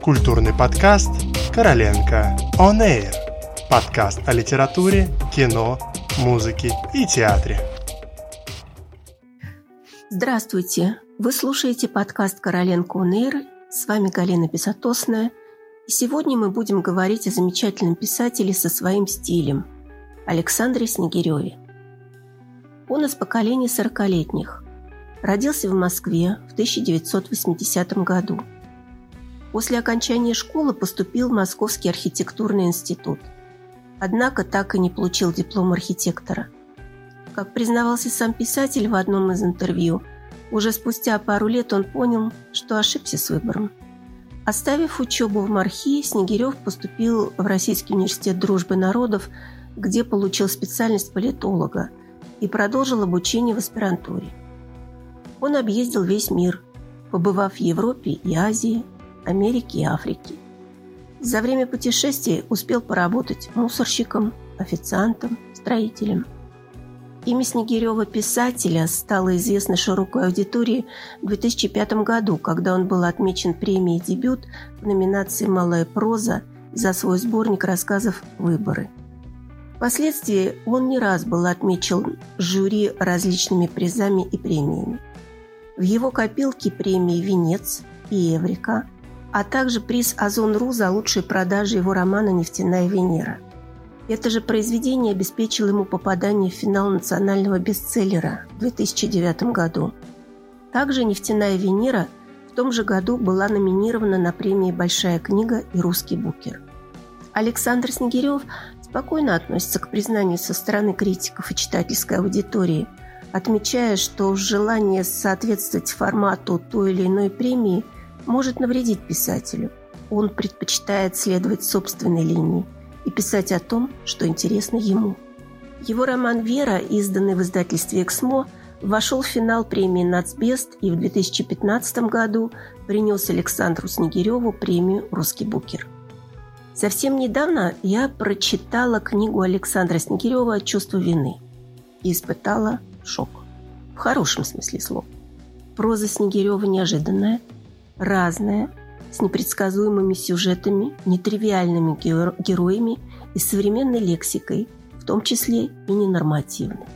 Культурный подкаст «Короленко On Air». Подкаст о литературе, кино, музыке и театре. Здравствуйте! Вы слушаете подкаст «Короленко On Air». С вами Галина Безотосная. И сегодня мы будем говорить о замечательном писателе со своим стилем – Александре Снегиреве. Он из поколения 40-летних. Родился в Москве в 1980 году. После окончания школы поступил в Московский архитектурный институт. Однако так и не получил диплом архитектора. Как признавался сам писатель в одном из интервью, уже спустя пару лет он понял, что ошибся с выбором. Оставив учебу в МАРХИ, Снегирев поступил в Российский университет дружбы народов, где получил специальность политолога и продолжил обучение в аспирантуре. Он объездил весь мир, побывав в Европе и Азии, Америке и Африке. За время путешествий успел поработать мусорщиком, официантом, строителем. Имя Снегирева писателя стало известно широкой аудитории в 2005 году, когда он был отмечен премией «Дебют» в номинации «Малая проза» за свой сборник рассказов «Выборы». Впоследствии он не раз был отмечен жюри различными призами и премиями. В его копилке премии «Венец» и «Эврика», а также приз «Озон.ру» за лучшие продажи его романа «Нефтяная Венера». Это же произведение обеспечило ему попадание в финал национального бестселлера в 2009 году. Также «Нефтяная Венера» в том же году была номинирована на премии «Большая книга» и «Русский букер». Александр Снегирев спокойно относится к признанию со стороны критиков и читательской аудитории, отмечая, что желание соответствовать формату той или иной премии может навредить писателю. Он предпочитает следовать собственной линии и писать о том, что интересно ему. Его роман «Вера», изданный в издательстве «Эксмо», вошел в финал премии «Нацбест» и в 2015 году принес Александру Снегиреву премию «Русский букер». Совсем недавно я прочитала книгу Александра Снегирева «Чувство вины» и испытала шок. В хорошем смысле слова. Проза Снегирева неожиданная, разная, с непредсказуемыми сюжетами, нетривиальными героями и современной лексикой, в том числе и ненормативной.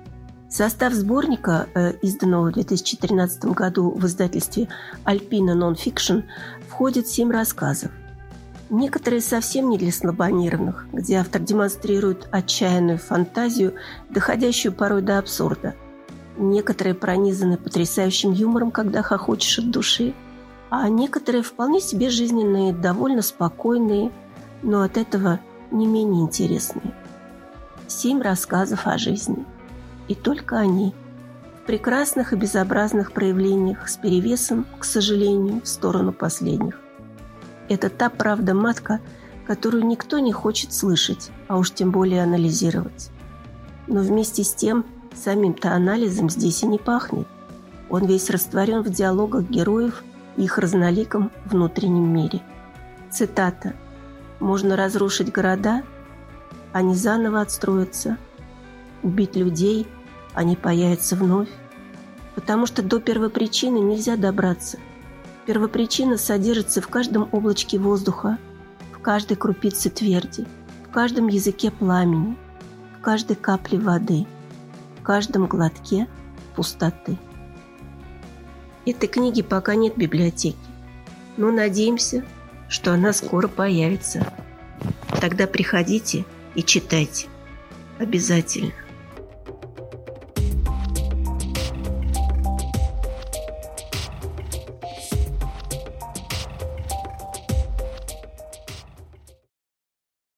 В состав сборника, изданного в 2013 году в издательстве «Альпина Нонфикшн», входит 7 рассказов. Некоторые совсем не для слабонервных, где автор демонстрирует отчаянную фантазию, доходящую порой до абсурда. Некоторые пронизаны потрясающим юмором, когда хохочешь от души, а некоторые вполне себе жизненные, довольно спокойные, но от этого не менее интересные. 7 рассказов о жизни. И только они. В прекрасных и безобразных проявлениях с перевесом, к сожалению, в сторону последних. Это та правда-матка, которую никто не хочет слышать, а уж тем более анализировать. Но вместе с тем, самим-то анализом здесь и не пахнет. Он весь растворен в диалогах героев и их разноликом внутреннем мире. Цитата. «Можно разрушить города, они заново отстроятся. Убить людей, они появятся вновь. Потому что до первопричины нельзя добраться. Первопричина содержится в каждом облачке воздуха, в каждой крупице тверди, в каждом языке пламени, в каждой капле воды, в каждом глотке пустоты». Этой книги пока нет в библиотеке, но надеемся, что она скоро появится. Тогда приходите и читайте. Обязательно.